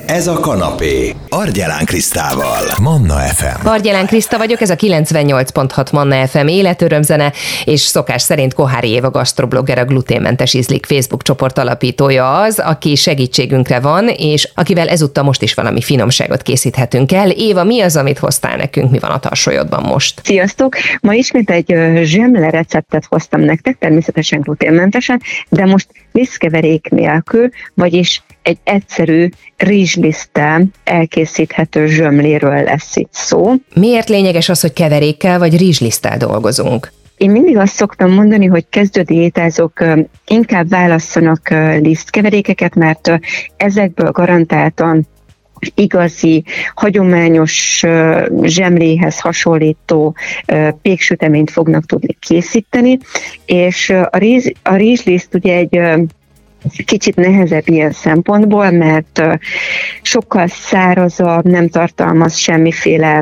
Ez a kanapé. Argyelán Krisztával. Manna FM. Argyelán Kriszta vagyok, ez a 98.6 Manna FM életörömzene, és szokás szerint Kohári Éva gasztroblogger, a Gluténmentes Ízlik Facebook csoport alapítója az, aki segítségünkre van, és akivel ezúttal most is valami finomságot készíthetünk el. Éva, mi az, amit hoztál nekünk, mi van a tarsolyodban most? Sziasztok! Ma ismét egy zsemle receptet hoztam nektek, természetesen gluténmentesen, de most lisztkeverék nélkül, vagyis egy egyszerű rizsliszttel elkészíthető zsömléről lesz itt szó. Miért lényeges az, hogy keverékkel vagy rizsliszttel dolgozunk? Én mindig azt szoktam mondani, hogy kezdő diétázók inkább válasszanak lisztkeverékeket, mert ezekből garantáltan igazi, hagyományos zsemléhez hasonlító péksüteményt fognak tudni készíteni, és a rizsliszt ugye egy kicsit nehezebb ilyen szempontból, mert sokkal szárazabb, nem tartalmaz semmiféle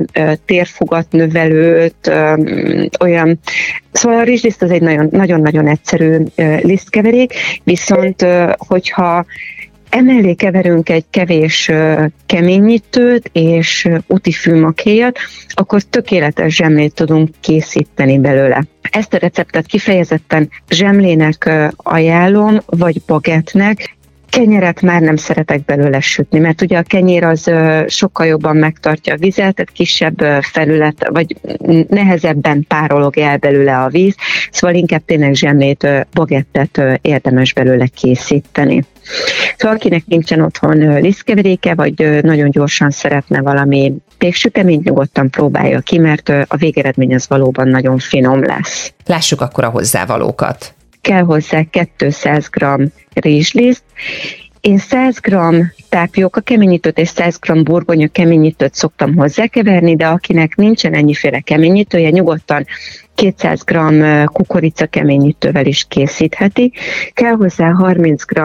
térfogatnövelőt, olyan. Szóval a rizsliszt az egy nagyon-nagyon egyszerű lisztkeverék, viszont hogyha emellé keverünk egy kevés keményítőt és útifűmakhéjat, akkor tökéletes zsemlét tudunk készíteni belőle. Ezt a receptet kifejezetten zsemlének ajánlom, vagy bagettnek. Kenyeret már nem szeretek belőle sütni, mert ugye a kenyér az sokkal jobban megtartja a vizet, tehát kisebb felület, vagy nehezebben párolog el belőle a víz, szóval inkább tényleg zsemlét, bagettet érdemes belőle készíteni. Szóval akinek nincsen otthon lisztkeveréke, vagy nagyon gyorsan szeretne valami péksüteményt, nyugodtan próbálja ki, mert a végeredmény az valóban nagyon finom lesz. Lássuk akkor a hozzávalókat. Kell hozzá 200 g rizsliszt. Én 100 g tápióka keményítőt és 100 g burgonya keményítőt szoktam hozzákeverni, de akinek nincsen ennyiféle keményítője, nyugodtan 200 g kukorica keményítővel is készítheti. Kell hozzá 30 g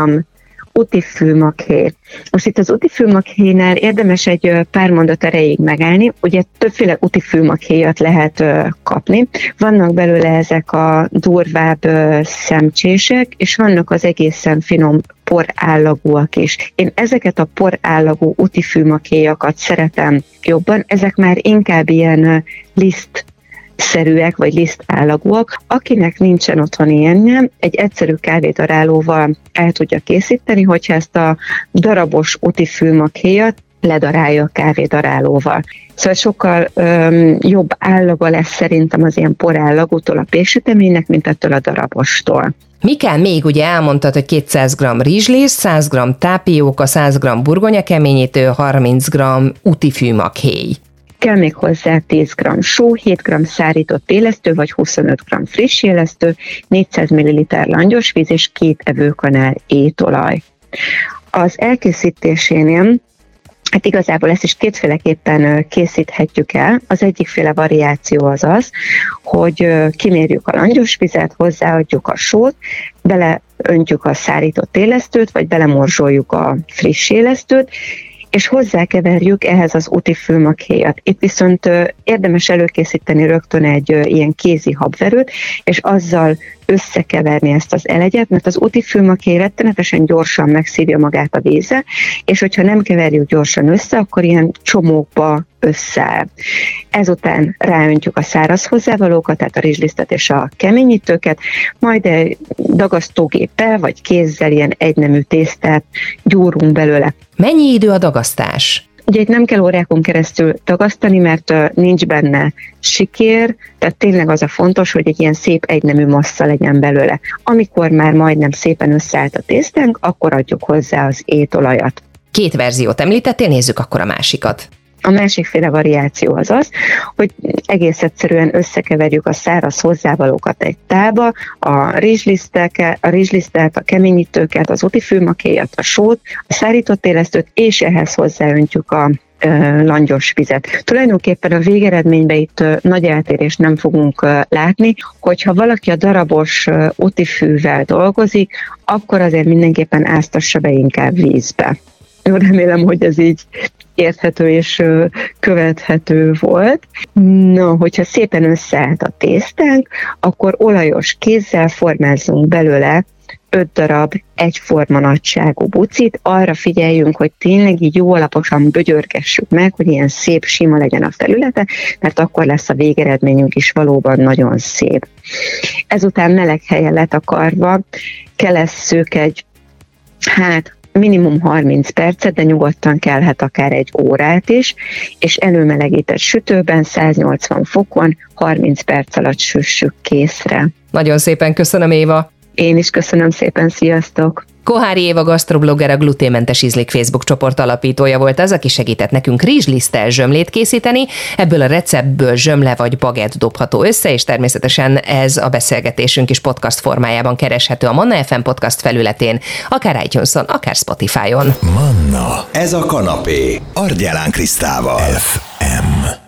útifűmakhé. Most itt az útifűmakhénál érdemes egy pár mondat erejéig megállni, ugye többféle útifűmakhéjat lehet kapni. Vannak belőle ezek a durvább szemcsések, és vannak az egészen finom porállagúak is. Én ezeket a porállagú útifűmakhéjakat szeretem jobban, ezek már inkább ilyen lisztszerűek, vagy lisztállagúak. Akinek nincsen otthon ilyenje, egy egyszerű kávédarálóval el tudja készíteni, hogyha ezt a darabos útifűmakhéjat ledarálja a kávédarálóval. Szóval sokkal jobb állaga lesz szerintem az ilyen porállagútól a péksüteménynek, mint ettől a darabostól. Mi kell még? Ugye elmondtad, hogy 200 g rizsliszt, 100 g tápióka, 100 g burgonya keményítő, 30 g útifűmakhéj. Kell még hozzá 10 g só, 7 g szárított élesztő, vagy 25 g friss élesztő, 400 ml langyos víz és 2 evőkanál étolaj. Az elkészítésénél hát igazából ezt is kétféleképpen készíthetjük el. Az egyikféle variáció az, hogy kimérjük a langyos vizet, hozzáadjuk a sót, beleöntjük a szárított élesztőt, vagy belemorzsoljuk a friss élesztőt, és hozzákeverjük ehhez az útifűmakhéjat. Itt viszont érdemes előkészíteni rögtön egy ilyen kézi habverőt, és azzal összekeverni ezt az elegyet, mert az útifűmakhéj rettenetesen gyorsan megszívja magát a vízzel, és hogyha nem keverjük gyorsan össze, akkor ilyen csomókba összeáll. Ezután ráöntjük a száraz hozzávalókat, tehát a rizslisztet és a keményítőket, majd egy dagasztógéppel vagy kézzel ilyen egynemű tésztát gyúrunk belőle. Mennyi idő a dagasztás? Ugye itt nem kell órákon keresztül dagasztani, mert nincs benne sikér, tehát tényleg az a fontos, hogy egy ilyen szép egynemű massza legyen belőle. Amikor már majdnem szépen összeállt a tésztánk, akkor adjuk hozzá az étolajat. 2 verziót említettél, nézzük akkor a másikat. A másikféle variáció az, hogy egész egyszerűen összekeverjük a száraz hozzávalókat egy tálba, a rizslisztet, a keményítőket, az útifűmakhéjat, a sót, a szárított élesztőt, és ehhez hozzáöntjük a langyos vizet. Tulajdonképpen a végeredményben itt nagy eltérést nem fogunk látni, hogyha valaki a darabos útifűvel dolgozik, akkor azért mindenképpen áztassa be inkább vízbe. Remélem, hogy ez így érthető és követhető volt. Na, hogyha szépen összeállt a tésztánk, akkor olajos kézzel formázzunk belőle 5 darab egyforma nagyságú bucit, arra figyeljünk, hogy tényleg így jó alaposan bögyörgessük meg, hogy ilyen szép, sima legyen a felülete, mert akkor lesz a végeredményünk is valóban nagyon szép. Ezután meleg helyen letakarva kelesszük egy, minimum 30 percet, de nyugodtan kellhet akár egy órát is, és előmelegített sütőben 180 fokon 30 perc alatt süssük készre. Nagyon szépen köszönöm, Éva! Én is köszönöm szépen, sziasztok! Kohári Éva gasztroblogger, a Gluténmentes Ízlik Facebook csoport alapítója volt az, aki segített nekünk rizsliszttel zsömlét készíteni. Ebből a receptből zsömle vagy bagett dobható össze, és természetesen ez a beszélgetésünk is podcast formájában kereshető a Manna FM podcast felületén, akár iTunes-on, akár Spotify-on. Manna, ez a kanapé, Argyelán Krisztával. FM.